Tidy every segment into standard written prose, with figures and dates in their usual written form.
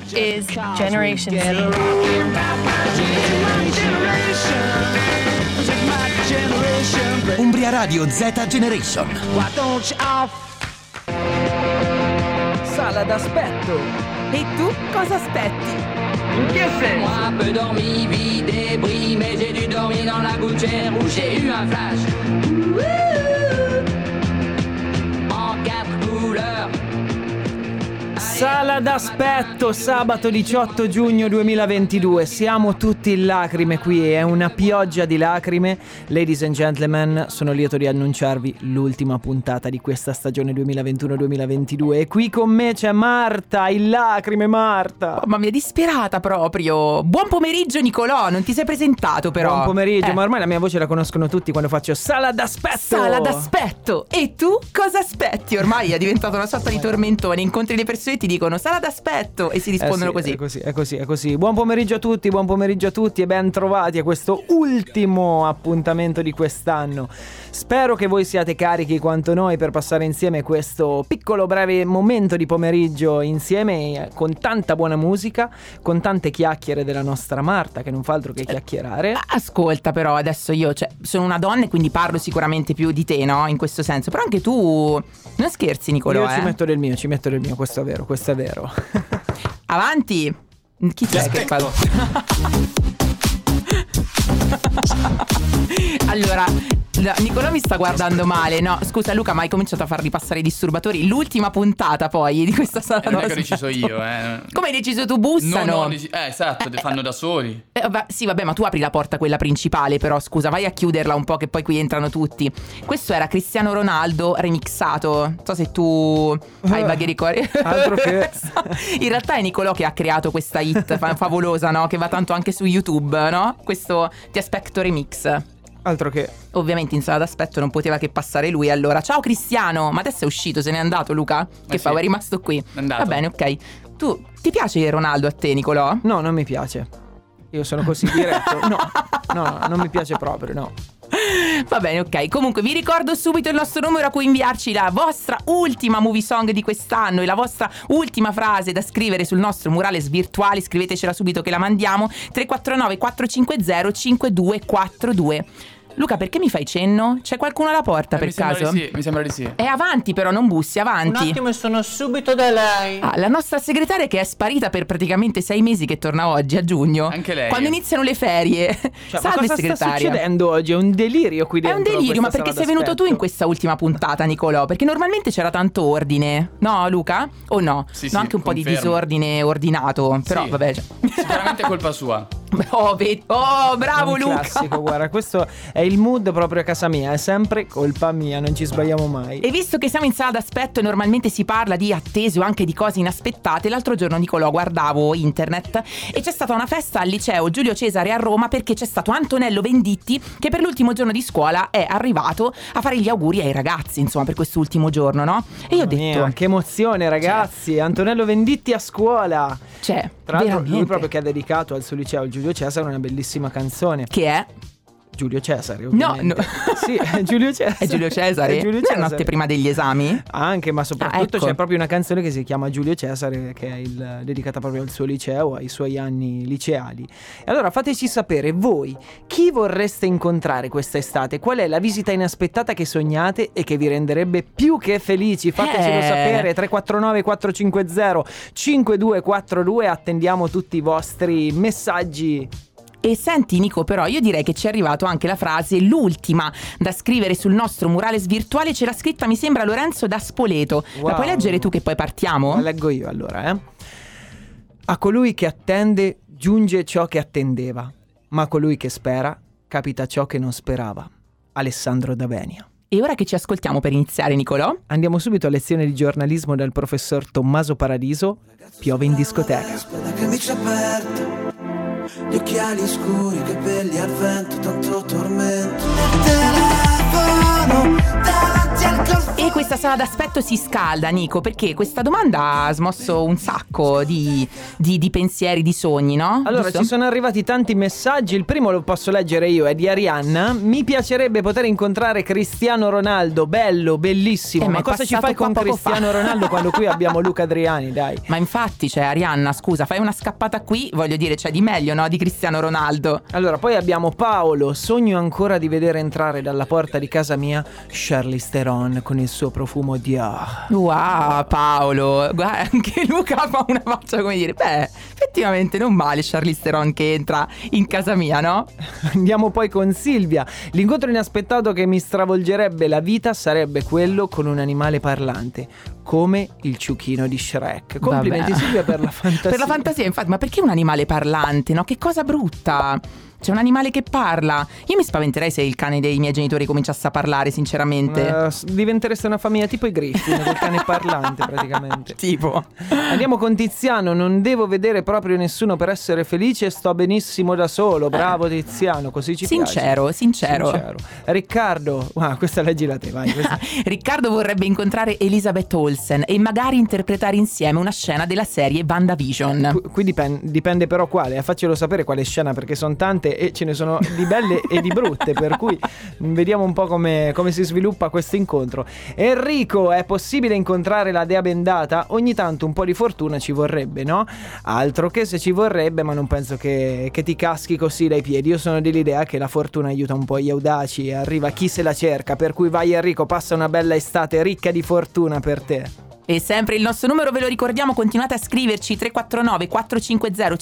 is Generation Z. Umbria Radio Z Generation. Sala d'aspetto. E tu cosa aspetti? In che senso? Moi un peu dormi, vie débris, mais j'ai dû dormir dans la gouttière où j'ai eu un flash. En quatre couleurs. Sala d'aspetto, sabato 18 giugno 2022. Siamo tutti in lacrime qui, è una pioggia di lacrime. Ladies and gentlemen, sono lieto di annunciarvi l'ultima puntata di questa stagione 2021-2022. E qui con me c'è Marta, in lacrime Marta. Oh, ma mi è disperata proprio. Buon pomeriggio Nicolò, non ti sei presentato però. Buon pomeriggio, ma ormai la mia voce la conoscono tutti quando faccio Sala d'aspetto. Sala d'aspetto. E tu cosa aspetti? Ormai è diventato una sorta di tormentone. Incontri le persone e ti dicono sala d'aspetto e si rispondono sì, così. È così. Buon pomeriggio a tutti e ben trovati a questo ultimo appuntamento di quest'anno. Spero che voi siate carichi quanto noi per passare insieme questo piccolo breve momento di pomeriggio insieme, con tanta buona musica, con tante chiacchiere della nostra Marta che non fa altro che chiacchierare. Ascolta però, adesso io sono una donna e quindi parlo sicuramente più di te, no? In questo senso. Però anche tu non scherzi Nicolò. Io ci metto del mio, questo è vero. Avanti. Chi c'è che fa? Allora, Nicolò mi sta guardando male. No, scusa Luca, ma hai cominciato a far ripassare i disturbatori. L'ultima puntata poi di questa sala non è che ho deciso io, Come hai deciso tu? Bussano. Esatto, le fanno da soli. Sì, vabbè, ma tu apri la porta, quella principale. Però scusa, vai a chiuderla un po' che poi qui entrano tutti. Questo era Cristiano Ronaldo remixato. Non so se tu hai vaghi ricordi. Altro che. In realtà è Nicolò che ha creato questa hit favolosa, no? Che va tanto anche su YouTube, no? Questo Ti aspetto remix. Altro che. Ovviamente in sala d'aspetto non poteva che passare lui. Allora, ciao Cristiano. Ma adesso è uscito, se n'è andato Luca? Che fa? È rimasto qui. È andato. Va bene, ok. Ti piace Ronaldo a te, Nicolò? No, non mi piace. Io sono così diretto. No, non mi piace proprio, no. Va bene, ok. Comunque vi ricordo subito il nostro numero a cui inviarci la vostra ultima movie song di quest'anno e la vostra ultima frase da scrivere sul nostro murales virtuali. Scrivetecela subito che la mandiamo. 349 450 5242. Luca, perché mi fai cenno? C'è qualcuno alla porta per caso? Mi sembra di sì. È avanti però, non bussi, avanti. Un attimo e sono subito da lei. La nostra segretaria che è sparita per praticamente 6 mesi, che torna oggi a giugno. Anche lei. Quando iniziano le ferie. Cioè, Salve ma cosa segretaria. sta succedendo oggi? È un delirio qui dentro. È un delirio, ma perché sei venuto tu in questa ultima puntata, Nicolò? Perché normalmente c'era tanto ordine. No, Luca? O no? Sì, no, anche un po' di disordine ordinato. Però sì, vabbè. Sicuramente è colpa sua. Bravo un Luca. Classico, guarda, questo è il mood proprio a casa mia. È sempre colpa mia, non ci sbagliamo mai. E visto che siamo in sala d'aspetto e normalmente si parla di attese o anche di cose inaspettate, l'altro giorno Nicolò guardavo internet e c'è stata una festa al liceo Giulio Cesare a Roma, perché c'è stato Antonello Venditti che per l'ultimo giorno di scuola è arrivato a fare gli auguri ai ragazzi, insomma, per quest'ultimo giorno, no? E io ho detto che emozione, ragazzi, Antonello Venditti a scuola. Cioè, tra l'altro veramente. lui proprio che ha dedicato al suo liceo, Giulio Cesare, una bellissima canzone. Che è? Giulio Cesare, ovviamente. No. Sì, è Giulio Cesare. È Giulio Cesare? È Giulio Non Cesare. è notte prima degli esami? Anche, ma soprattutto ecco. c'è proprio una canzone che si chiama Giulio Cesare, che è dedicata proprio al suo liceo, ai suoi anni liceali. E allora fateci sapere voi chi vorreste incontrare quest'estate, qual è la visita inaspettata che sognate e che vi renderebbe più che felici. Fatecelo sapere. 349 450 5242. Attendiamo tutti i vostri messaggi. E senti Nico, però io direi che ci è arrivato anche la frase, l'ultima da scrivere sul nostro murales virtuale. Ce l'ha scritta, mi sembra, Lorenzo da Spoleto. Wow. La puoi leggere tu che poi partiamo? La leggo io allora, A colui che attende giunge ciò che attendeva, ma a colui che spera capita ciò che non sperava. Alessandro D'Avenia. E ora che ci ascoltiamo per iniziare, Nicolò? Andiamo subito a lezione di giornalismo dal professor Tommaso Paradiso. Piove in discoteca. Che mi ci aperto, gli occhiali scuri, capelli al vento, tanto tormento. Telefono davanti al questa sala d'aspetto si scalda, Nico, perché questa domanda ha smosso un sacco di pensieri, di sogni, no? Allora, Giusto? ci sono arrivati tanti messaggi. Il primo lo posso leggere io, è di Arianna. Mi piacerebbe poter incontrare Cristiano Ronaldo. Bello, bellissimo. Ma Ma è cosa ci passato fai con qua poco Cristiano fa. Ronaldo quando qui abbiamo Luca Adriani, dai? Ma infatti, cioè, Arianna, scusa, fai una scappata qui, voglio dire, c'è di meglio, no? Di Cristiano Ronaldo. Allora, poi abbiamo Paolo. Sogno ancora di vedere entrare dalla porta di casa mia Charlize Theron con il suo profumo di Wow, Paolo, guarda, anche Luca fa una faccia come dire, beh, effettivamente non male Charlize Theron che entra in casa mia, no? Andiamo poi con Silvia. L'incontro inaspettato che mi stravolgerebbe la vita sarebbe quello con un animale parlante, come il ciuchino di Shrek. Complimenti Vabbè. Silvia per la fantasia. Per la fantasia, infatti, ma perché un animale parlante, no? Che cosa brutta. C'è un animale che parla. Io mi spaventerei se il cane dei miei genitori cominciasse a parlare, sinceramente. Diventereste una famiglia tipo i Griffin, col cane parlante praticamente. Tipo. Andiamo con Tiziano. Non devo vedere proprio nessuno per essere felice, sto benissimo da solo. Bravo Tiziano, così ci Sincero. piace. Riccardo, questa leggila te, vai. Questa. Riccardo vorrebbe incontrare Elizabeth Olsen e magari interpretare insieme una scena della serie WandaVision. Qui dipende però quale, faccelo sapere quale scena, perché sono tante e ce ne sono di belle e di brutte, per cui vediamo un po' come si sviluppa questo incontro. Enrico, è possibile incontrare la dea bendata? Ogni tanto un po' di fortuna ci vorrebbe, no? Altro che se ci vorrebbe, ma non penso che ti caschi così dai piedi. Io sono dell'idea che la fortuna aiuta un po' gli audaci e arriva chi se la cerca, per cui vai Enrico, passa una bella estate ricca di fortuna per te. E sempre il nostro numero ve lo ricordiamo, continuate a scriverci 349 450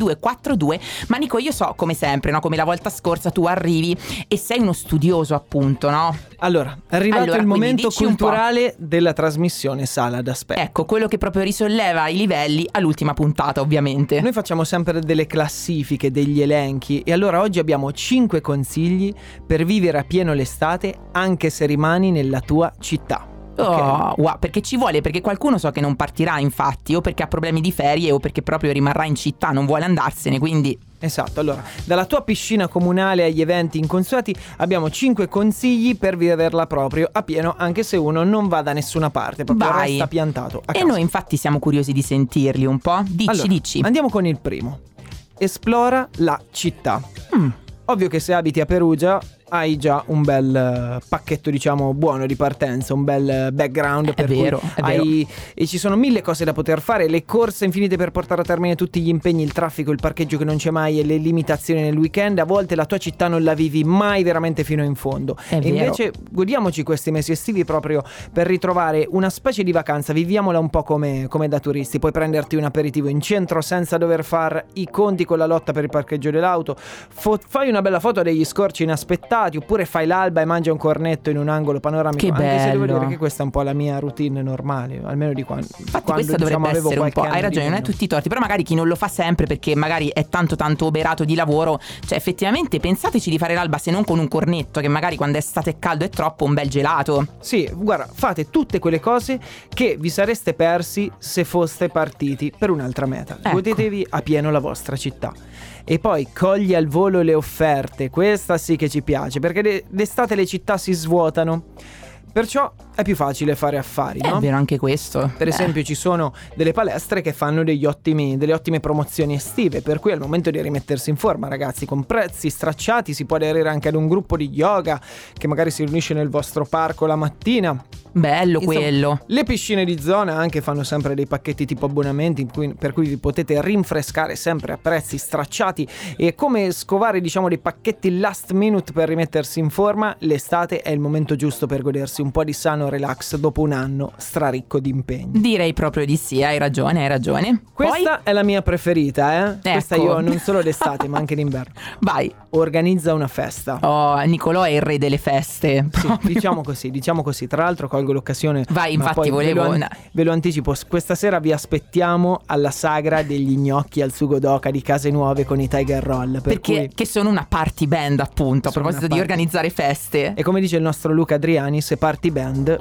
5242. Ma Nico, io so come sempre, no? Come la volta scorsa tu arrivi e sei uno studioso, appunto, no? Allora, è arrivato il quindi momento dici un po'. culturale della trasmissione Sala d'aspetto. Ecco, quello che proprio risolleva i livelli all'ultima puntata, ovviamente. Noi facciamo sempre delle classifiche, degli elenchi, e allora oggi abbiamo 5 consigli per vivere a pieno l'estate anche se rimani nella tua città. Oh, wow, perché ci vuole, perché qualcuno so che non partirà, infatti, o perché ha problemi di ferie o perché proprio rimarrà in città, non vuole andarsene, quindi... Esatto, allora, dalla tua piscina comunale agli eventi inconsueti abbiamo 5 consigli per viverla proprio a pieno anche se uno non va da nessuna parte, proprio Vai. resta piantato a E casa. noi infatti siamo curiosi di sentirli un po'. Allora, Dici. andiamo con il primo. Esplora la città. Ovvio che se abiti a Perugia hai già un bel pacchetto, diciamo, buono di partenza, un bel background, per vero, cui è vero. e ci sono 1000 cose da poter fare, le corse infinite per portare a termine tutti gli impegni, il traffico, il parcheggio che non c'è mai e le limitazioni nel weekend. A volte la tua città non la vivi mai veramente fino in fondo. È E vero. invece godiamoci questi mesi estivi proprio per ritrovare una specie di vacanza, viviamola un po' come da turisti. Puoi prenderti un aperitivo in centro senza dover far i conti con la lotta per il parcheggio dell'auto, fai una bella foto degli scorci inaspettati, oppure fai l'alba e mangia un cornetto in un angolo panoramico. Che Anche se devo bello. dire che questa è un po' la mia routine normale, almeno di quando. Infatti questa dovrebbe avevo essere un po'. qualche Hai anno di ragione, non è meno. tutti i torti. Però magari chi non lo fa sempre perché magari è tanto oberato di lavoro. Cioè effettivamente pensateci di fare l'alba, se non con un cornetto, che magari quando è estate e caldo è troppo, un bel gelato. Sì, guarda, fate tutte quelle cose che vi sareste persi se foste partiti per un'altra meta. Ecco. Godetevi a pieno la vostra città. E poi cogli al volo le offerte. Questa sì che ci piace, perché d'estate le città si svuotano. Perciò è più facile fare affari, no? È vero anche questo. Per esempio ci sono delle palestre che fanno delle ottime promozioni estive, per cui è il momento di rimettersi in forma, ragazzi. Con prezzi stracciati si può aderire anche ad un gruppo di yoga che magari si riunisce nel vostro parco la mattina. Bello Insomma, quello. Le piscine di zona anche fanno sempre dei pacchetti tipo abbonamenti per cui vi potete rinfrescare sempre a prezzi stracciati. E come scovare, diciamo, dei pacchetti last minute per rimettersi in forma, l'estate è il momento giusto per godersi un po' di sano relax dopo un anno straricco di impegni. Direi proprio di sì, hai ragione. Questa è la mia preferita, Questa Ecco. io non solo d'estate ma anche d'inverno. Vai. Organizza una festa. Oh, Nicolò è il re delle feste. Sì, diciamo così. Tra l'altro colgo l'occasione. Vai, ma infatti, poi volevo ve lo anticipo. Questa sera vi aspettiamo alla sagra degli gnocchi al sugo d'oca di Case Nuove con i Tiger Roll. Perché che sono una party band, appunto, a Sono proposito una di party. organizzare feste. E come dice il nostro Luca Adriani, se party band.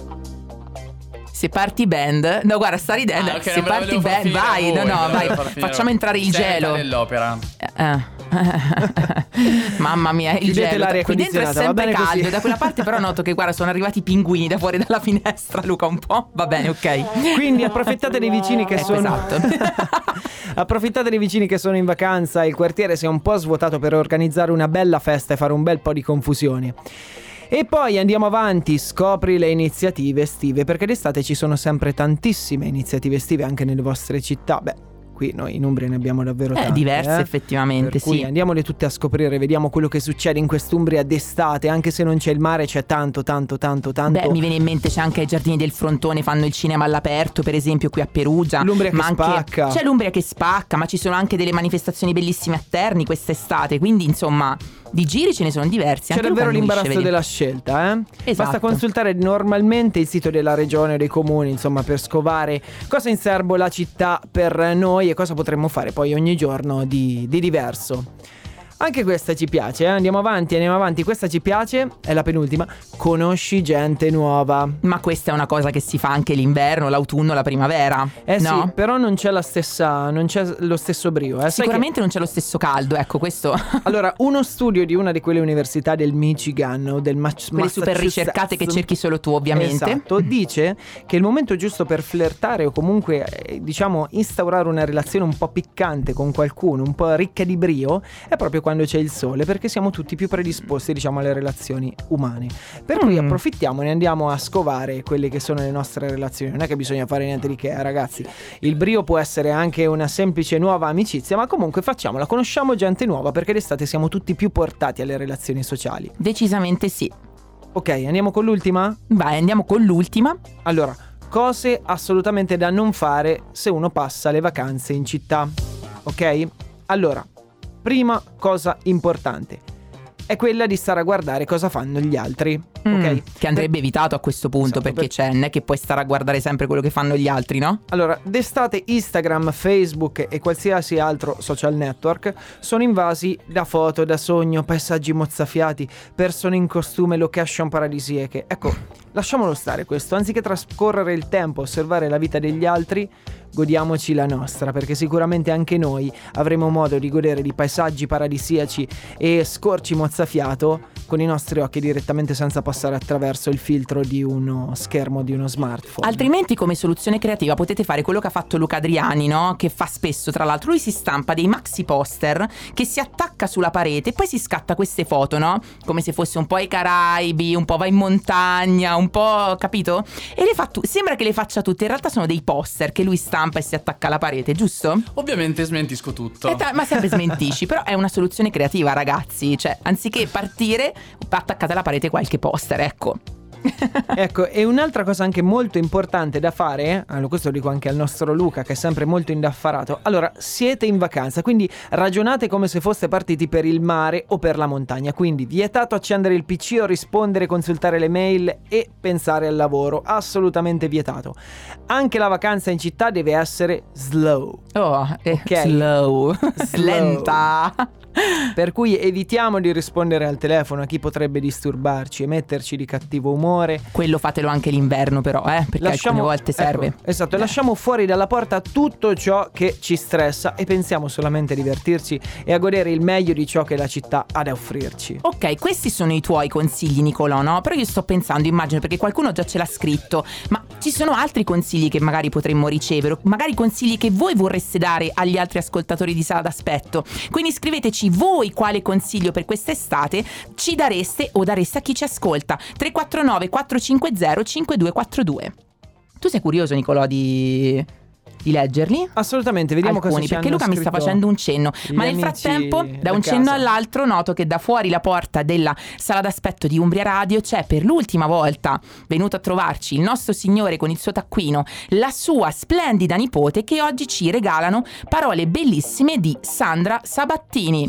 Se party band. No, guarda, sta ridendo. Ok, Se non me la party volevo far band, finire a vai. voi, No, me la vai. volevo far finire a Facciamo voi. entrare il Sei gelo. dell'opera. Mamma mia, il Chiudete gelo l'aria qui dentro è condizionata, va sempre bene caldo. così. Da quella parte però noto che guarda sono arrivati i pinguini da fuori dalla finestra, Luca, un po'. Va bene, ok. Quindi approfittate dei vicini che sono esatto. approfittate dei vicini che sono in vacanza. Il quartiere si è un po' svuotato per organizzare una bella festa e fare un bel po' di confusione. E poi andiamo avanti, scopri le iniziative estive, perché d'estate ci sono sempre tantissime iniziative estive anche nelle vostre città. Beh, qui noi in Umbria ne abbiamo davvero tante, diverse effettivamente, per cui sì. andiamole tutte a scoprire, vediamo quello che succede in quest'Umbria d'estate. Anche se non c'è il mare, c'è tanto. Beh, mi viene in mente c'è anche ai Giardini del Frontone, fanno il cinema all'aperto, per esempio qui a Perugia. L'Umbria che ma anche, spacca. c'è l'Umbria che spacca, ma ci sono anche delle manifestazioni bellissime a Terni quest'estate, quindi insomma di giri ce ne sono diversi. C'è Anche davvero Luca annuisce, l'imbarazzo vedi. della scelta, eh? Esatto. Basta consultare normalmente il sito della regione o dei comuni, insomma, per scovare cosa in serbo la città per noi e cosa potremmo fare poi ogni giorno di diverso. Anche questa ci piace, eh? Andiamo avanti, questa ci piace, è la penultima. Conosci gente nuova. Ma questa è una cosa che si fa anche l'inverno, l'autunno, la primavera. No? Sì, però non c'è non c'è lo stesso brio, Sai Sicuramente non c'è lo stesso caldo, ecco questo. Allora, uno studio di una di quelle università del Michigan o del Quelle super ricercate che cerchi solo tu, ovviamente. Esatto, dice che il momento giusto per flirtare o comunque diciamo instaurare una relazione un po' piccante con qualcuno, un po' ricca di brio, è proprio quando c'è il sole, perché siamo tutti più predisposti, diciamo, alle relazioni umane. Per cui approfittiamone e andiamo a scovare quelle che sono le nostre relazioni. Non è che bisogna fare niente di che, ragazzi. Il brio può essere anche una semplice nuova amicizia, ma comunque facciamola, conosciamo gente nuova, perché d'estate siamo tutti più portati alle relazioni sociali. Decisamente sì. Ok, andiamo con l'ultima? Vai, andiamo con l'ultima. Allora, cose assolutamente da non fare se uno passa le vacanze in città. Ok? Allora, prima cosa importante è quella di stare a guardare cosa fanno gli altri, ok? Che andrebbe evitato a questo punto, Esatto, perché non è che puoi stare a guardare sempre quello che fanno gli altri, no? Allora, d'estate Instagram, Facebook e qualsiasi altro social network sono invasi da foto, da sogno, paesaggi mozzafiati, persone in costume, location paradisiache. Ecco, lasciamolo stare questo. Anziché trascorrere il tempo a osservare la vita degli altri, godiamoci la nostra, perché sicuramente anche noi avremo modo di godere di paesaggi paradisiaci e scorci mozzafiato con i nostri occhi direttamente, senza passare attraverso il filtro di uno schermo di uno smartphone. Altrimenti, come soluzione creativa, potete fare quello che ha fatto Luca Adriani, no? Che fa spesso, tra l'altro. Lui si stampa dei maxi poster che si attacca sulla parete e poi si scatta queste foto, no? Come se fosse un po' ai Caraibi, un po' va in montagna, un po', capito? E le fa sembra che le faccia tutte, in realtà sono dei poster che lui stampa e si attacca alla parete, giusto? Ovviamente smentisco tutto. Ma sempre smentisci. Però è una soluzione creativa, ragazzi. Cioè, anziché partire, attaccate alla parete qualche poster, ecco. Ecco, e un'altra cosa anche molto importante da fare, allora questo lo dico anche al nostro Luca che è sempre molto indaffarato. Allora, siete in vacanza, quindi ragionate come se foste partiti per il mare o per la montagna. Quindi vietato accendere il PC o rispondere, consultare le mail e pensare al lavoro, assolutamente vietato. Anche la vacanza in città deve essere slow. Ok. Slow. Lenta. Per cui evitiamo di rispondere al telefono a chi potrebbe disturbarci e metterci di cattivo umore. Quello fatelo anche l'inverno, però, perché alcune volte serve. Ecco, esatto, lasciamo fuori dalla porta tutto ciò che ci stressa e pensiamo solamente a divertirci e a godere il meglio di ciò che la città ha da offrirci. Ok, questi sono i tuoi consigli, Nicolò, no? Però io sto pensando, immagino, perché qualcuno già ce l'ha scritto, ma ci sono altri consigli che magari potremmo ricevere, magari consigli che voi vorreste dare agli altri ascoltatori di Sala d'Aspetto. Quindi scriveteci voi quale consiglio per quest'estate ci dareste o dareste a chi ci ascolta. 349 450 5242. Tu sei curioso, Nicolò, di leggerli? Assolutamente, vediamo alcuni, cosa ci perché hanno Luca mi sta scritto facendo un cenno, ma nel gli frattempo amici da un da cenno casa. all'altro noto che da fuori la porta della Sala d'Aspetto di Umbria Radio c'è per l'ultima volta venuto a trovarci il nostro signore con il suo taccuino, la sua splendida nipote, che oggi ci regalano parole bellissime di Sandra Sabattini.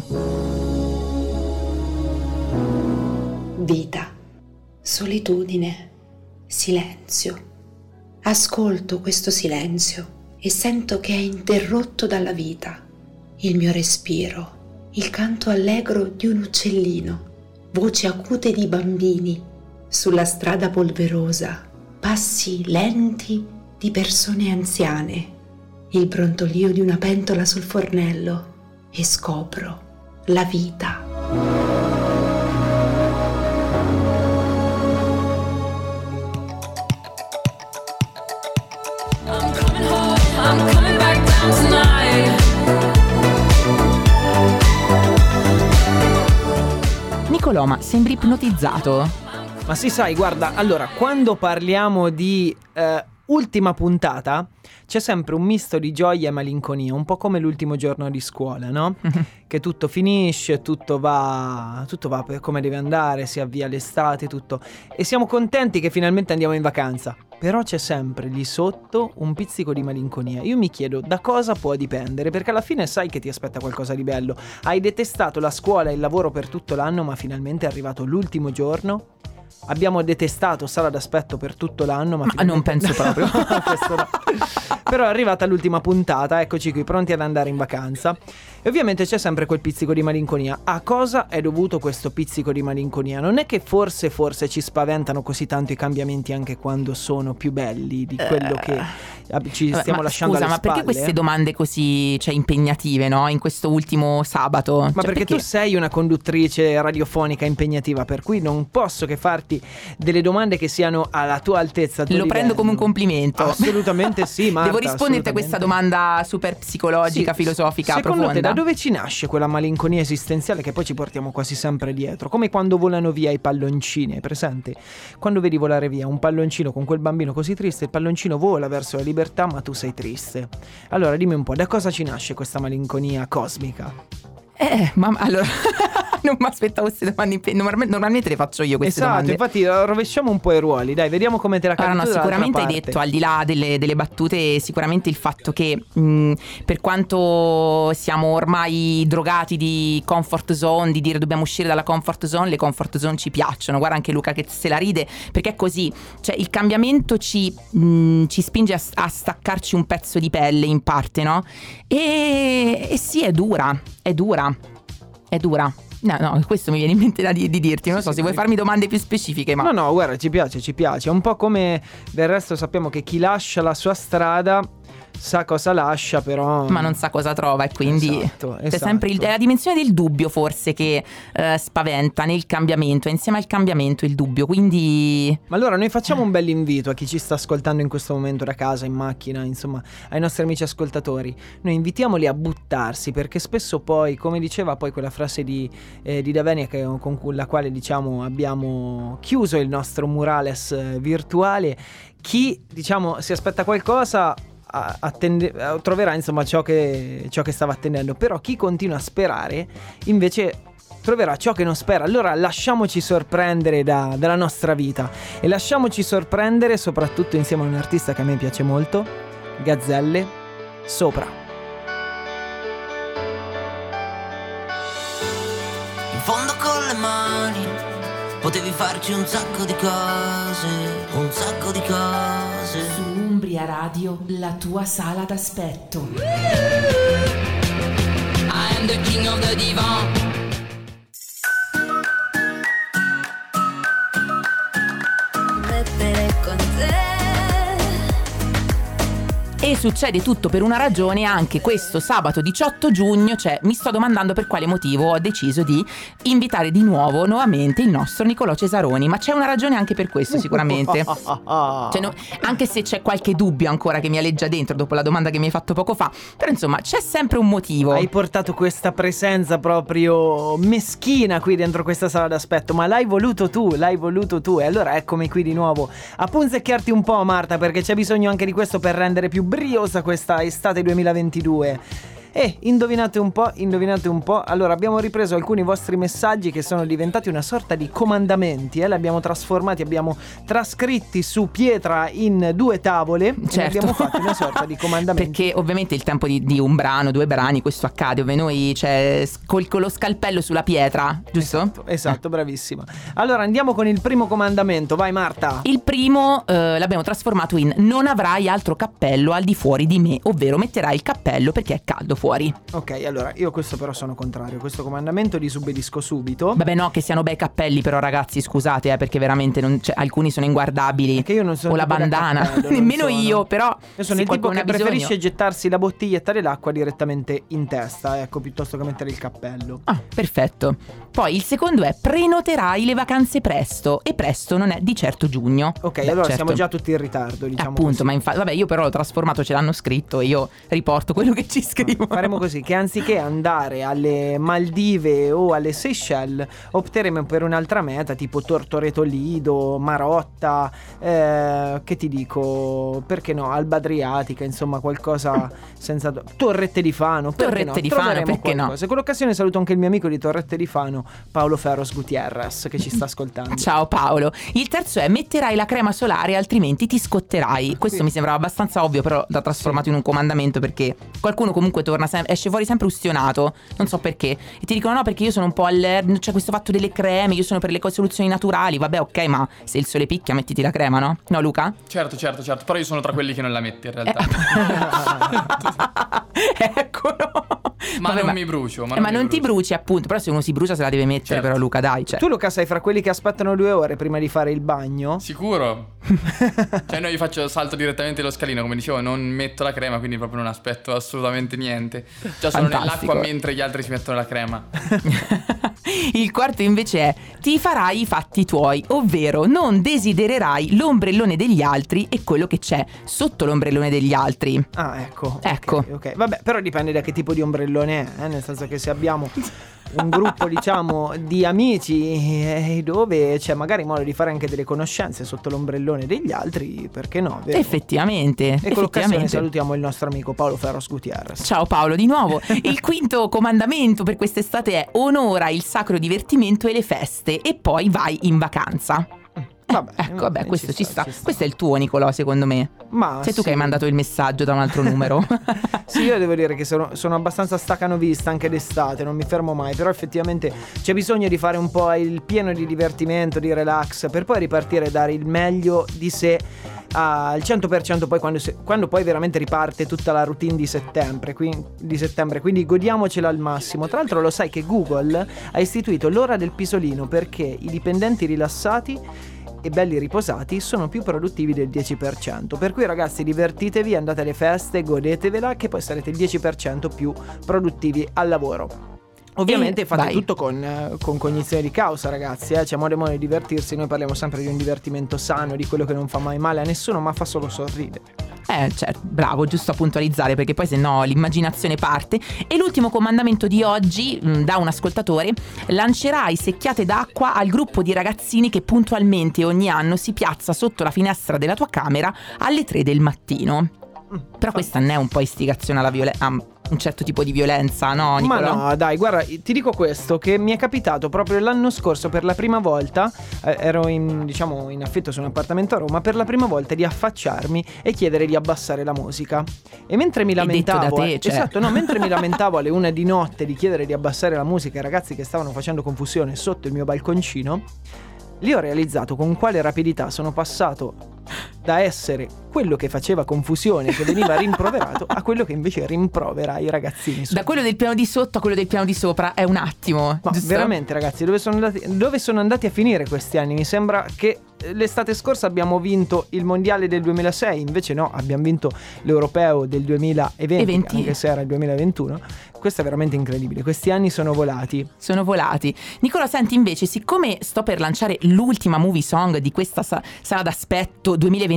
Vita, solitudine, silenzio. Ascolto questo silenzio e sento che è interrotto dalla vita. Il mio respiro, il canto allegro di un uccellino, voci acute di bambini, sulla strada polverosa, passi lenti di persone anziane, il brontolio di una pentola sul fornello e scopro la vita. Nicolò, ma sembri ipnotizzato. Ma sì, sai, guarda, allora, quando parliamo di ultima puntata, c'è sempre un misto di gioia e malinconia, un po' come l'ultimo giorno di scuola, no? Che tutto finisce, tutto va per come deve andare, si avvia l'estate, tutto. E siamo contenti che finalmente andiamo in vacanza. Però c'è sempre lì sotto un pizzico di malinconia. Io mi chiedo da cosa può dipendere, perché alla fine sai che ti aspetta qualcosa di bello. Hai detestato la scuola e il lavoro per tutto l'anno, ma finalmente è arrivato l'ultimo giorno. Abbiamo detestato sala d'aspetto per tutto l'anno, ma non penso proprio. Questo no. Però è arrivata l'ultima puntata, eccoci qui pronti ad andare in vacanza. E ovviamente c'è sempre quel pizzico di malinconia. A cosa è dovuto questo pizzico di malinconia? Non è che forse ci spaventano così tanto i cambiamenti anche quando sono più belli di quello che ci stiamo lasciando alle spalle? Ma perché queste domande così, cioè, impegnative, no? In questo ultimo sabato? Ma perché tu sei una conduttrice radiofonica impegnativa, per cui non posso che farti delle domande che siano alla tua altezza. Lo prendo come un complimento. Assolutamente sì, Marta. Devo risponderti a questa domanda super psicologica, filosofica, secondo profonda. Te da dove ci nasce quella malinconia esistenziale che poi ci portiamo quasi sempre dietro? Come quando volano via i palloncini, hai presente? Quando vedi volare via un palloncino con quel bambino così triste, il palloncino vola verso la libertà, ma tu sei triste. Allora dimmi un po', da cosa ci nasce questa malinconia cosmica? Ma allora non mi aspettavo queste domande. Normalmente le faccio io queste domande. Infatti rovesciamo un po' i ruoli. Dai, vediamo come te la cavi. Allora, no, sicuramente hai detto, al di là delle battute, sicuramente il fatto che per quanto siamo ormai drogati di comfort zone, di dire dobbiamo uscire dalla comfort zone, le comfort zone ci piacciono. Guarda anche Luca che se la ride, perché è così. Cioè il cambiamento ci spinge a staccarci un pezzo di pelle in parte, no? E sì, è dura. No, questo mi viene in mente di dirti. Non so se vuoi farmi domande più specifiche, ma No, guarda, ci piace. È un po' come del resto sappiamo che chi lascia la sua strada sa cosa lascia, però ma non sa cosa trova, e quindi esatto. C'è sempre è la dimensione del dubbio forse che spaventa nel cambiamento, e insieme al cambiamento il dubbio, quindi. Ma allora noi facciamo un bel invito a chi ci sta ascoltando in questo momento da casa, in macchina, insomma ai nostri amici ascoltatori. Noi invitiamoli a buttarsi, perché spesso poi, come diceva poi quella frase di Davenia con la quale diciamo abbiamo chiuso il nostro murales virtuale, chi diciamo si aspetta qualcosa troverà insomma ciò che stava attendendo, però chi continua a sperare invece troverà ciò che non spera. Allora lasciamoci sorprendere dalla nostra vita, e lasciamoci sorprendere soprattutto insieme a un artista che a me piace molto, Gazzelle, Sopra. In fondo con le mani potevi farci un sacco di cose. Su Umbria Radio, la tua sala d'aspetto. I am the king of the divan. Mettere con te. E succede tutto per una ragione anche questo sabato 18 giugno, cioè mi sto domandando per quale motivo ho deciso di invitare nuovamente il nostro Nicolò Cesaroni, ma c'è una ragione anche per questo sicuramente. Cioè, anche se c'è qualche dubbio ancora che mi aleggia dentro dopo la domanda che mi hai fatto poco fa, però insomma c'è sempre un motivo. Hai portato questa presenza proprio meschina qui dentro questa sala d'aspetto, ma l'hai voluto tu, e allora eccomi qui di nuovo a punzecchiarti un po', Marta, perché c'è bisogno anche di questo per rendere più briosa questa estate 2022. E indovinate un po', allora abbiamo ripreso alcuni vostri messaggi che sono diventati una sorta di comandamenti, li abbiamo trasformati, abbiamo trascritti su pietra in 2 tavole, certo. E abbiamo fatto una sorta di comandamenti. Perché ovviamente il tempo di un brano, 2 brani, questo accade, ovvero noi con lo scalpello sulla pietra, giusto? Esatto, bravissima. Allora andiamo con il primo comandamento, vai Marta. Il primo l'abbiamo trasformato in: non avrai altro cappello al di fuori di me, ovvero metterai il cappello perché è caldo fuori. Ok, allora io questo però sono contrario. Questo comandamento disobbedisco subito. Vabbè, no, che siano bei cappelli, però ragazzi, scusate, perché veramente alcuni sono inguardabili. Perché io non sono o la bandana, cappello, nemmeno io, però io sono il tipo che preferisce gettarsi la bottiglietta dell'acqua direttamente in testa, ecco, piuttosto che mettere il cappello. Ah, perfetto. Poi il secondo è: prenoterai le vacanze presto. E presto non è di certo giugno. Ok, beh, allora certo. siamo già tutti in ritardo, diciamo. Appunto, così. ma infatti, vabbè, io però l'ho trasformato, ce l'hanno scritto e io riporto quello che ci scrivono. Faremo così, che anziché andare alle Maldive o alle Seychelles, opteremo per un'altra meta, tipo Tortoreto Lido, Marotta, che ti dico, perché no, Alba Adriatica, insomma qualcosa senza... Torrette di Fano, Torrette di Fano, perché no? Con l'occasione saluto anche il mio amico di Torrette di Fano, Paolo Ferros Gutierrez, che ci sta ascoltando. Ciao Paolo. Il terzo è: metterai la crema solare, altrimenti ti scotterai. Questo mi sembrava abbastanza ovvio, però l'ho trasformato in un comandamento, perché qualcuno comunque esce fuori sempre ustionato, non so perché, e ti dicono no, perché io sono un po' allergico, c'è questo fatto delle creme, io sono per le soluzioni naturali. Vabbè, ok, ma se il sole picchia mettiti la crema, no? No, Luca? Certo, però io sono tra quelli che non la mette in realtà. Eccolo. Ma Vabbè, non mi brucio. Ma non ti bruci, appunto. Però se uno si brucia se la deve mettere, certo. Però Luca, dai, cioè. Tu, Luca, sei fra quelli che aspettano 2 ore prima di fare il bagno? Sicuro. Cioè io salto direttamente lo scalino, come dicevo, non metto la crema, quindi proprio non aspetto assolutamente niente. Già sono Fantastico. nell'acqua mentre gli altri si mettono la crema. Il quarto invece è: ti farai i fatti tuoi, ovvero non desidererai l'ombrellone degli altri e quello che c'è sotto l'ombrellone degli altri. Ah, ecco. Ok. Vabbè, però dipende da che tipo di ombrellone è, nel senso che se abbiamo un gruppo, diciamo, di amici dove c'è magari modo di fare anche delle conoscenze sotto l'ombrellone degli altri, perché no? Vero? Effettivamente. E con l'occasione salutiamo il nostro amico Paolo Ferros Gutierrez. Ciao Paolo di nuovo. Il quinto comandamento per quest'estate è: onora il sacro divertimento e le feste e poi vai in vacanza. Vabbè, questo ci sta. Questo è il tuo, Nicolò, secondo me. Ma sei tu che hai mandato il messaggio da un altro numero. Sì, io devo dire che sono abbastanza staccanovista anche d'estate, non mi fermo mai. Però effettivamente c'è bisogno di fare un po' il pieno di divertimento, di relax, per poi ripartire e dare il meglio di sé al 100% poi quando poi veramente riparte tutta la routine di settembre, quindi godiamocela al massimo. Tra l'altro lo sai che Google ha istituito l'ora del pisolino perché i dipendenti rilassati e belli riposati sono più produttivi del 10%. Per cui ragazzi, divertitevi, andate alle feste, godetevela, che poi sarete il 10% più produttivi al lavoro. Ovviamente fate tutto con cognizione di causa, ragazzi, c'è modo e modo di divertirsi. Noi parliamo sempre di un divertimento sano, di quello che non fa mai male a nessuno, ma fa solo sorridere. Certo, bravo, giusto a puntualizzare, perché poi se no l'immaginazione parte. E l'ultimo comandamento di oggi, da un ascoltatore: lancerai secchiate d'acqua al gruppo di ragazzini che puntualmente ogni anno si piazza sotto la finestra della tua camera alle 3 del mattino. Però questa non è un po' istigazione alla violenza, un certo tipo di violenza, no, Nicolò? Ma no, dai, guarda, ti dico questo, che mi è capitato proprio l'anno scorso per la prima volta, ero in affitto su un appartamento a Roma, per la prima volta di affacciarmi e chiedere di abbassare la musica. E mentre mi lamentavo, detto da te, cioè. esatto, no, mentre mi lamentavo alle 1 di notte di chiedere di abbassare la musica ai ragazzi che stavano facendo confusione sotto il mio balconcino, lì ho realizzato con quale rapidità sono passato da essere quello che faceva confusione, che veniva rimproverato, a quello che invece rimprovera i ragazzini sotto. Da quello del piano di sotto a quello del piano di sopra è un attimo. Ma giusto? veramente, ragazzi, dove sono andati a finire questi anni? Mi sembra che l'estate scorsa abbiamo vinto il mondiale del 2006, invece no, abbiamo vinto l'europeo del 2020, anche se era il 2021. Questo è veramente incredibile, questi anni sono volati. Nicola, senti, invece, siccome sto per lanciare l'ultima movie song di questa sala d'aspetto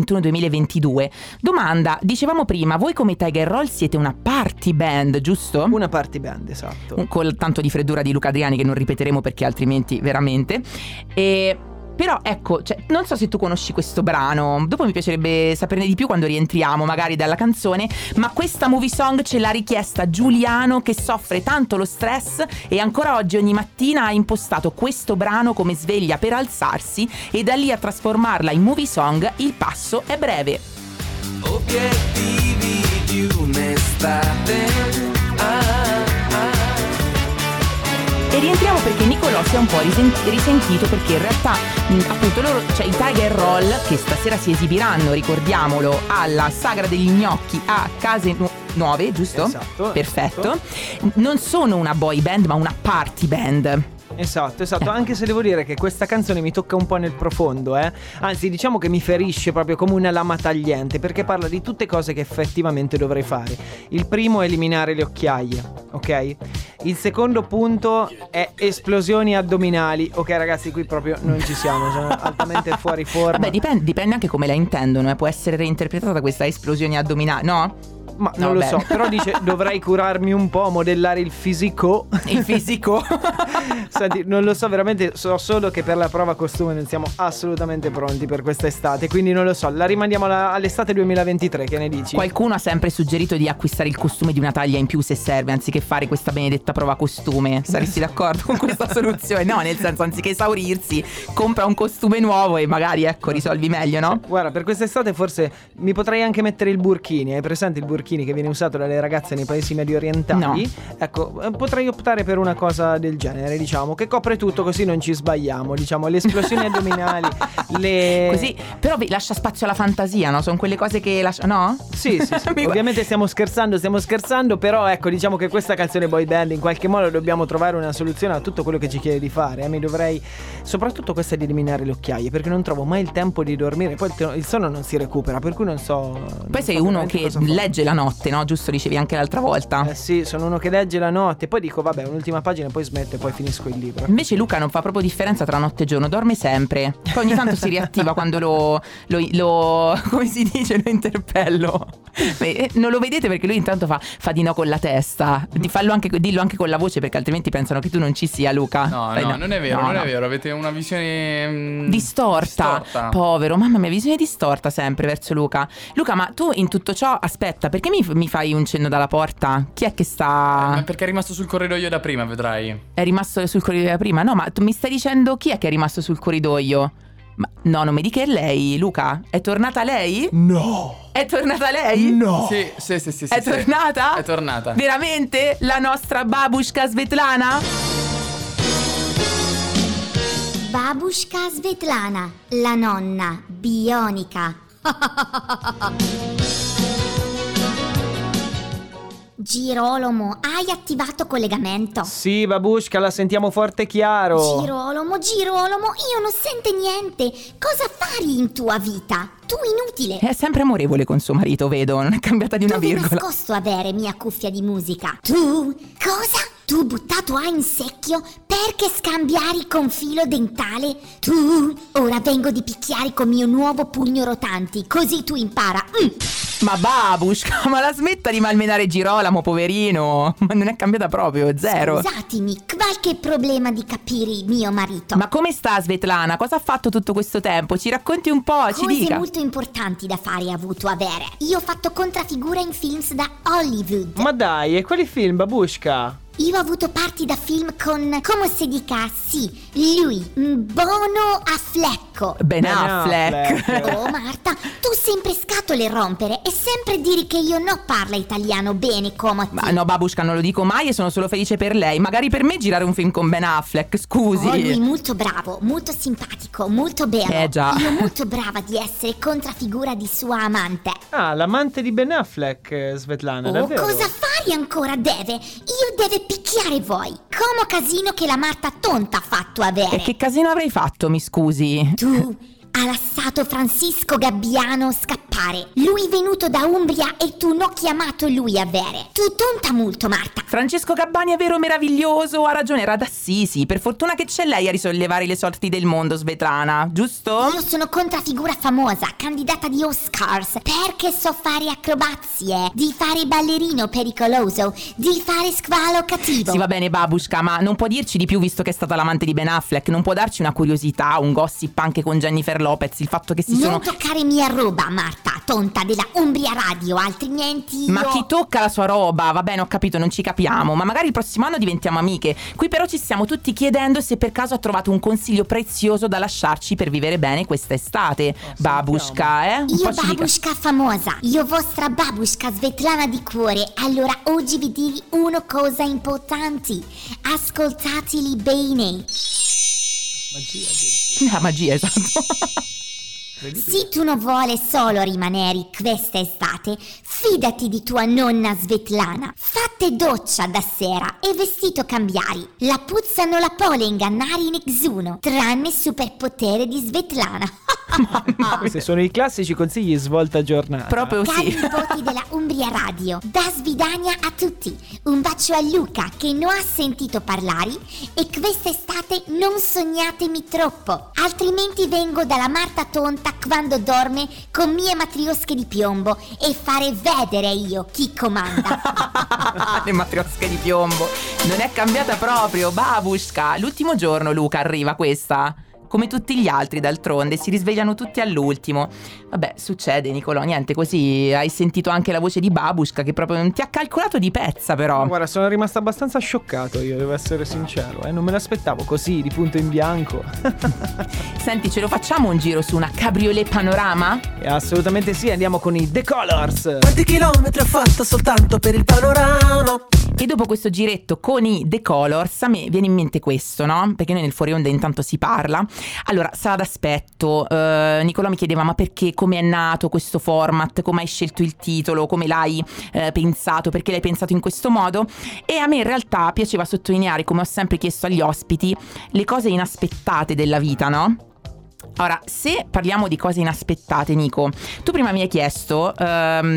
2021-2022, domanda: dicevamo prima, voi come Tiger Roll siete una party band, giusto? Una party band, esatto. Col tanto di freddura di Luca Adriani, che non ripeteremo perché altrimenti veramente. Però ecco, non so se tu conosci questo brano, dopo mi piacerebbe saperne di più quando rientriamo magari dalla canzone, ma questa movie song ce l'ha richiesta Giuliano, che soffre tanto lo stress e ancora oggi ogni mattina ha impostato questo brano come sveglia per alzarsi, e da lì a trasformarla in movie song il passo è breve. Obiettivi di un'estate, E rientriamo perché Nicolò si è un po' risentito, perché in realtà appunto loro, cioè i Tiger Roll, che stasera si esibiranno, ricordiamolo, alla Sagra degli Gnocchi a Case Nuove, giusto? Esatto. Perfetto. Non sono una boy band ma una party band. Esatto, anche se devo dire che questa canzone mi tocca un po' nel profondo, anzi diciamo che mi ferisce proprio come una lama tagliente, perché parla di tutte cose che effettivamente dovrei fare. Il primo è eliminare le occhiaie, ok? Il secondo punto è esplosioni addominali. Ok ragazzi, qui proprio non ci siamo, sono altamente fuori forma. Vabbè, dipende anche come la intendono, può essere reinterpretata questa esplosioni addominali, no? Ma non lo so, però dice dovrei curarmi un po', modellare il fisico. Il fisico? Senti, non lo so, veramente so solo che per la prova costume non siamo assolutamente pronti per quest'estate, quindi non lo so, la rimandiamo all'estate 2023, che ne dici? Qualcuno ha sempre suggerito di acquistare il costume di una taglia in più se serve, anziché fare questa benedetta prova costume. Saresti d'accordo con questa soluzione? No, nel senso, anziché esaurirsi, compra un costume nuovo e magari, ecco, risolvi meglio, no? Guarda, per quest'estate forse mi potrei anche mettere il burkini. Hai presente il burkini che viene usato dalle ragazze nei paesi medio orientali? No. Ecco, potrei optare per una cosa del genere, diciamo, che copre tutto, così non ci sbagliamo, diciamo, le esplosioni addominali, così, però lascia spazio alla fantasia, no? Sono quelle cose che no? Sì. Ovviamente stiamo scherzando, però ecco, diciamo che questa canzone boy band in qualche modo dobbiamo trovare una soluzione a tutto quello che ci chiede di fare. Mi dovrei, soprattutto questa di eliminare le occhiaie, perché non trovo mai il tempo di dormire, poi il sonno non si recupera, per cui non so. Poi sei uno che legge la notte, no? Giusto, dicevi anche l'altra volta. Sì, sono uno che legge la notte, poi dico vabbè, un'ultima pagina, poi smetto e poi finisco il libro. Invece Luca non fa proprio differenza tra notte e giorno, dorme sempre. Poi ogni tanto si riattiva quando lo come si dice, lo interpello. Beh, non lo vedete perché lui intanto fa di no con la testa. Dillo anche con la voce, perché altrimenti pensano che tu non ci sia, Luca. No, non è vero, non è vero. Avete una visione distorta. Povero, mamma mia, visione distorta sempre verso Luca. Luca, ma tu in tutto ciò, aspetta, perché mi fai un cenno dalla porta? Chi è che sta? Perché è rimasto sul corridoio da prima, vedrai. È rimasto sul corridoio da prima? No, ma tu mi stai dicendo chi è che è rimasto sul corridoio? Ma no, non mi dica è lei, Luca? È tornata lei? No. È tornata lei? No. Sì. È tornata? È tornata. Veramente? La nostra babushka Svetlana? Babushka Svetlana, la nonna bionica. Girolamo, hai attivato collegamento? Sì, babushka, la sentiamo forte e chiaro. Girolamo, io non sento niente. Cosa fai in tua vita? Tu inutile. È sempre amorevole con suo marito, vedo, non è cambiata di una virgola. Dove nascosto avere mia cuffia di musica? Tu? Cosa? Tu buttato a in secchio perché scambiare con filo dentale? Tu? Ora vengo di picchiare con mio nuovo pugno rotanti, così tu impara. Ma babushka, ma la smetta di malmenare Girolamo, poverino. Ma non è cambiata proprio, zero. Scusatemi, qualche problema di capire mio marito. Ma come sta Svetlana? Cosa ha fatto tutto questo tempo? Ci racconti un po', ci dica. Cose molto importanti da fare ha avuto avere. Io ho fatto contraffigura in films da Hollywood. Ma dai, e quali film, babushka? Io ho avuto parti da film con, come si dica, sì, lui, Bono Afflecco. Ben Affleck. Oh Marta, tu sempre scatole rompere e sempre dire che io non parlo italiano bene come te. Ma no babushka, non lo dico mai e sono solo felice per lei. Magari per me girare un film con Ben Affleck, scusi. Oh, lui molto bravo, molto simpatico, molto bello. Già. Io molto brava di essere contraffigura di sua amante. Ah, l'amante di Ben Affleck, Svetlana, davvero? Cosa fai ancora, deve? Io deve picchiare voi. Come casino che la Marta tonta ha fatto avere. E che casino avrei fatto, mi scusi? Tu ha lasciato Francisco Gabbiano scappare. Lui venuto da Umbria e tu non chiamato lui avere. Tu tonta molto, Marta. Francesco Gabbani è vero meraviglioso, ha ragione, era da Assisi. Per fortuna che c'è lei a risollevare le sorti del mondo, Svetlana, giusto? Io sono contraffigura famosa, candidata di Oscars, perché so fare acrobazie, di fare ballerino pericoloso, di fare squalo cattivo. Sì, va bene babushka, ma non può dirci di più visto che è stata l'amante di Ben Affleck. Non può darci una curiosità, un gossip anche con Jennifer Lopez, il fatto che si Non sono... toccare mia roba, Marta, tonta della Umbria Radio, altrimenti io... Ma chi tocca la sua roba? Va bene, ho capito, non ci capiamo, ma magari il prossimo anno diventiamo amiche. Qui però ci stiamo tutti chiedendo se per caso ha trovato un consiglio prezioso da lasciarci per vivere bene questa estate. Babushka, Un Io po' ci dica. babushka famosa, io vostra babushka Svetlana di cuore. Allora oggi vi dico una cosa importante, ascoltateli bene. Magia, esatto. Se tu non vuole solo rimanere questa estate, fidati di tua nonna Svetlana. Fate doccia da sera e vestito cambiare. La puzza non la può ingannare nessuno, tranne il superpotere di Svetlana. Questi sono i classici consigli svolta giornata. Proprio Cari sì. nipoti della Umbria Radio, da Svidania a tutti, un bacio a Luca che non ha sentito parlare e quest'estate non sognatemi troppo, altrimenti vengo dalla Marta tonta quando dorme con mie matriosche di piombo e fare vedere io chi comanda. Le matriosche di piombo. Non è cambiata proprio, Babushka. L'ultimo giorno, Luca, arriva questa. Come tutti gli altri, d'altronde, si risvegliano tutti all'ultimo. Vabbè, succede, Nicolò, niente, così hai sentito anche la voce di Babushka che proprio non ti ha calcolato di pezza, però. Ma guarda, sono rimasto abbastanza scioccato, io devo essere sincero, non me l'aspettavo così, di punto in bianco. Senti, ce lo facciamo un giro su una cabriolet panorama? Assolutamente sì, andiamo con i The Colors. Quanti chilometri ho fatto soltanto per il panorama? E dopo questo giretto con i The Colors a me viene in mente questo, no? Perché noi nel fuori onda intanto si parla. Allora, sala d'aspetto, Nicolò mi chiedeva ma perché, come è nato questo format, come hai scelto il titolo, come l'hai pensato, perché l'hai pensato in questo modo. E a me in realtà piaceva sottolineare, come ho sempre chiesto agli ospiti, le cose inaspettate della vita, no? Ora, se parliamo di cose inaspettate, Nico, tu prima mi hai chiesto, mi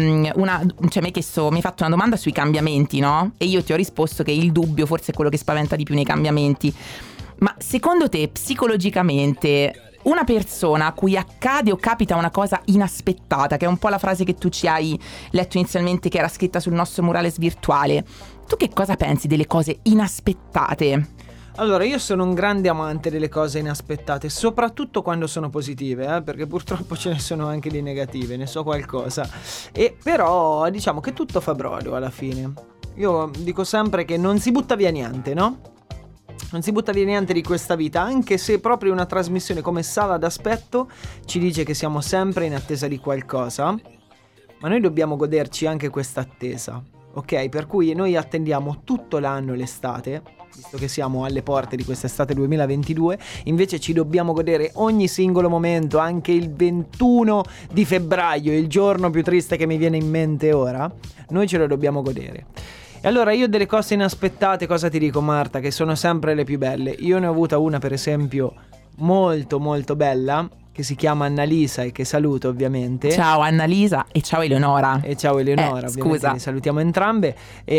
hai fatto una domanda sui cambiamenti, no? E io ti ho risposto che il dubbio forse è quello che spaventa di più nei cambiamenti. Ma secondo te, psicologicamente, una persona a cui accade o capita una cosa inaspettata, che è un po' la frase che tu ci hai letto inizialmente, che era scritta sul nostro murales virtuale, tu che cosa pensi delle cose inaspettate? Allora, io sono un grande amante delle cose inaspettate, soprattutto quando sono positive, perché purtroppo ce ne sono anche di negative, ne so qualcosa. E però diciamo che tutto fa brodo alla fine. Io dico sempre che non si butta via niente, no? Non si butta via niente di questa vita, anche se proprio una trasmissione come Sala d'aspetto ci dice che siamo sempre in attesa di qualcosa, ma noi dobbiamo goderci anche questa attesa, ok? Per cui noi attendiamo tutto l'anno l'estate, visto che siamo alle porte di quest'estate 2022, invece ci dobbiamo godere ogni singolo momento, anche il 21 di febbraio, il giorno più triste che mi viene in mente ora, noi ce lo dobbiamo godere. E allora io delle cose inaspettate, cosa ti dico Marta, che sono sempre le più belle. Io ne ho avuta una per esempio molto molto bella, che si chiama Annalisa e che saluto ovviamente. Ciao Annalisa e ciao Eleonora. E ciao Eleonora, ovviamente scusa. li salutiamo entrambe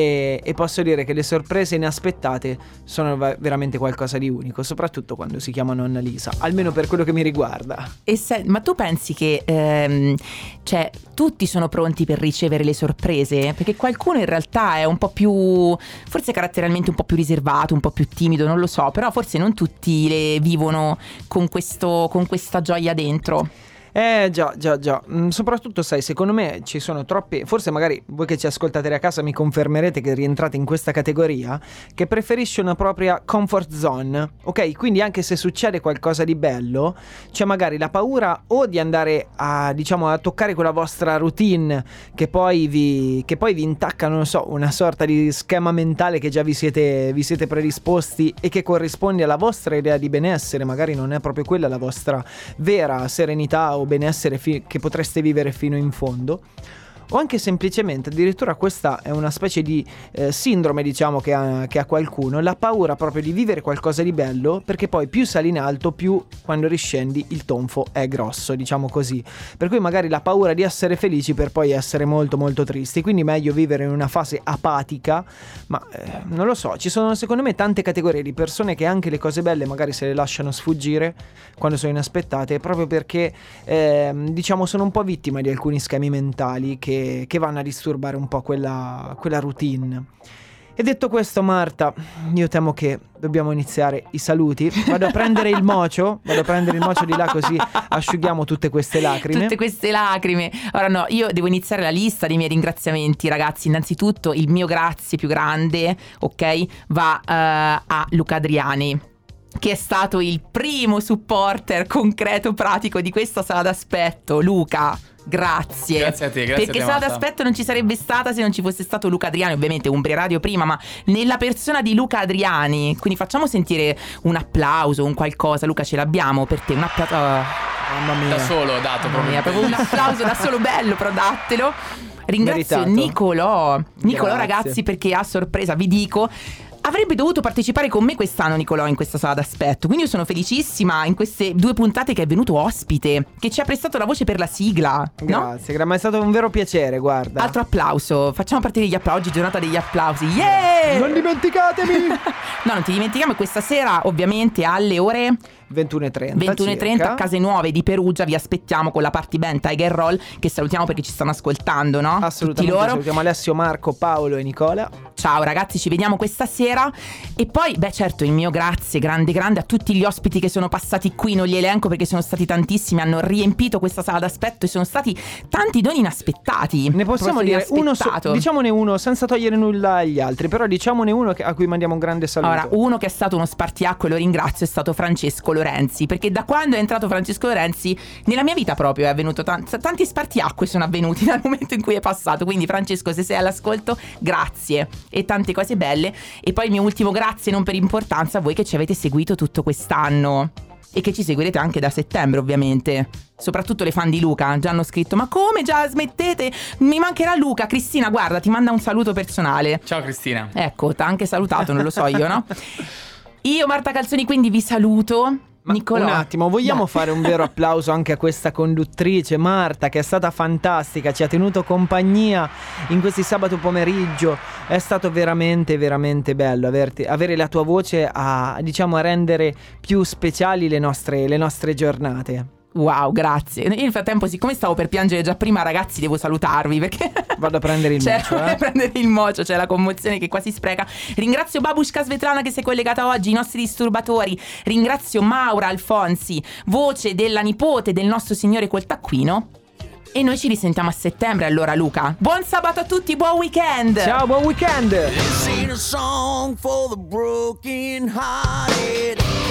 e posso dire che le sorprese inaspettate sono veramente qualcosa di unico, soprattutto quando si chiamano Annalisa, almeno per quello che mi riguarda. Ma tu pensi che cioè tutti sono pronti per ricevere le sorprese? Perché qualcuno in realtà è un po' più, forse caratterialmente un po' più riservato, un po' più timido, non lo so, però forse non tutti le vivono con questa gioia dentro. Già. Soprattutto sai, secondo me ci sono troppe, forse magari voi che ci ascoltate da casa mi confermerete che rientrate in questa categoria, che preferisce una propria comfort zone, ok? Quindi anche se succede qualcosa di bello, c'è magari la paura o di andare a toccare quella vostra routine che poi vi intacca, non so, una sorta di schema mentale che già vi siete predisposti e che corrisponde alla vostra idea di benessere, magari non è proprio quella la vostra vera serenità o benessere che potreste vivere fino in fondo, o anche semplicemente addirittura questa è una specie di sindrome, diciamo, che ha qualcuno, la paura proprio di vivere qualcosa di bello, perché poi più sali in alto più quando riscendi il tonfo è grosso, diciamo così, per cui magari la paura di essere felici per poi essere molto molto tristi, quindi meglio vivere in una fase apatica, ma non lo so, ci sono secondo me tante categorie di persone che anche le cose belle magari se le lasciano sfuggire quando sono inaspettate, proprio perché sono un po' vittime di alcuni schemi mentali che vanno a disturbare un po' quella routine. E detto questo, Marta, io temo che dobbiamo iniziare i saluti. Vado a prendere il mocio di là, così asciughiamo tutte queste lacrime. Ora no, io devo iniziare la lista dei miei ringraziamenti, ragazzi. Innanzitutto il mio grazie più grande, ok, va a Luca Adriani, che è stato il primo supporter concreto, pratico di questa sala d'aspetto. Luca, grazie. Grazie a te, grazie. Perché a te, sala Marta. d'aspetto non ci sarebbe stata se non ci fosse stato Luca Adriani. Ovviamente Umbria Radio prima, ma nella persona di Luca Adriani. Quindi facciamo sentire un applauso, un qualcosa. Luca, ce l'abbiamo per te, un applauso. Mamma mia. Da solo, dato Proprio un applauso da solo, bello, però dattelo. Ringrazio Meritato. Nicolò, Grazie. ragazzi, perché a sorpresa vi dico, avrebbe dovuto partecipare con me quest'anno Nicolò in questa sala d'aspetto. Quindi io sono felicissima in queste 2 puntate che è venuto ospite, che ci ha prestato la voce per la sigla, no? Grazie, ma è stato un vero piacere, guarda. Altro applauso, facciamo partire gli applausi, giornata degli applausi. Yeah! Non dimenticatemi! No, non ti dimentichiamo, questa sera ovviamente alle ore 21:30 a Case Nuove di Perugia vi aspettiamo con la party band Tiger Roll, che salutiamo perché ci stanno ascoltando, no? Assolutamente, tutti loro. salutiamo Alessio, Marco, Paolo e Nicola. Ciao ragazzi, ci vediamo questa sera. E poi, beh certo, il mio grazie grande a tutti gli ospiti che sono passati qui. Non li elenco perché sono stati tantissimi, hanno riempito questa sala d'aspetto e sono stati tanti doni inaspettati. Ne possiamo dire uno, diciamone uno senza togliere nulla agli altri, però diciamone uno a cui mandiamo un grande saluto. Allora, uno che è stato uno spartiacque, lo ringrazio, è stato Francesco Lorenzi, perché da quando è entrato Francesco Lorenzi nella mia vita proprio è avvenuto tanti spartiacque sono avvenuti dal momento in cui è passato. Quindi Francesco, se sei all'ascolto, grazie e tante cose belle. E poi il mio ultimo grazie, non per importanza, a voi che ci avete seguito tutto quest'anno e che ci seguirete anche da settembre, ovviamente. Soprattutto le fan di Luca già hanno scritto: ma come, già smettete? Mi mancherà Luca. Cristina, guarda, ti manda un saluto personale. Ciao Cristina. Ecco, t'ha anche salutato, non lo so io, no? Io, Marta Calzoni, quindi vi saluto. Ma Nicolò, un attimo, vogliamo dai. fare un vero applauso anche a questa conduttrice Marta, che è stata fantastica, ci ha tenuto compagnia in questi sabato pomeriggio. È stato veramente veramente bello avere la tua voce a rendere più speciali le nostre giornate. Wow, grazie. Io nel frattempo, siccome stavo per piangere già prima, ragazzi, devo salutarvi perché vado a prendere il mocio, a prendere il mocio, c'è la commozione che quasi spreca. Ringrazio Babushka Svetlana che si è collegata oggi, i nostri disturbatori. Ringrazio Maura Alfonsi, voce della nipote del nostro signore col taccuino. E noi ci risentiamo a settembre. Allora, Luca, buon sabato a tutti, buon weekend. Ciao, buon weekend. This ain't a song for the broken-hearted.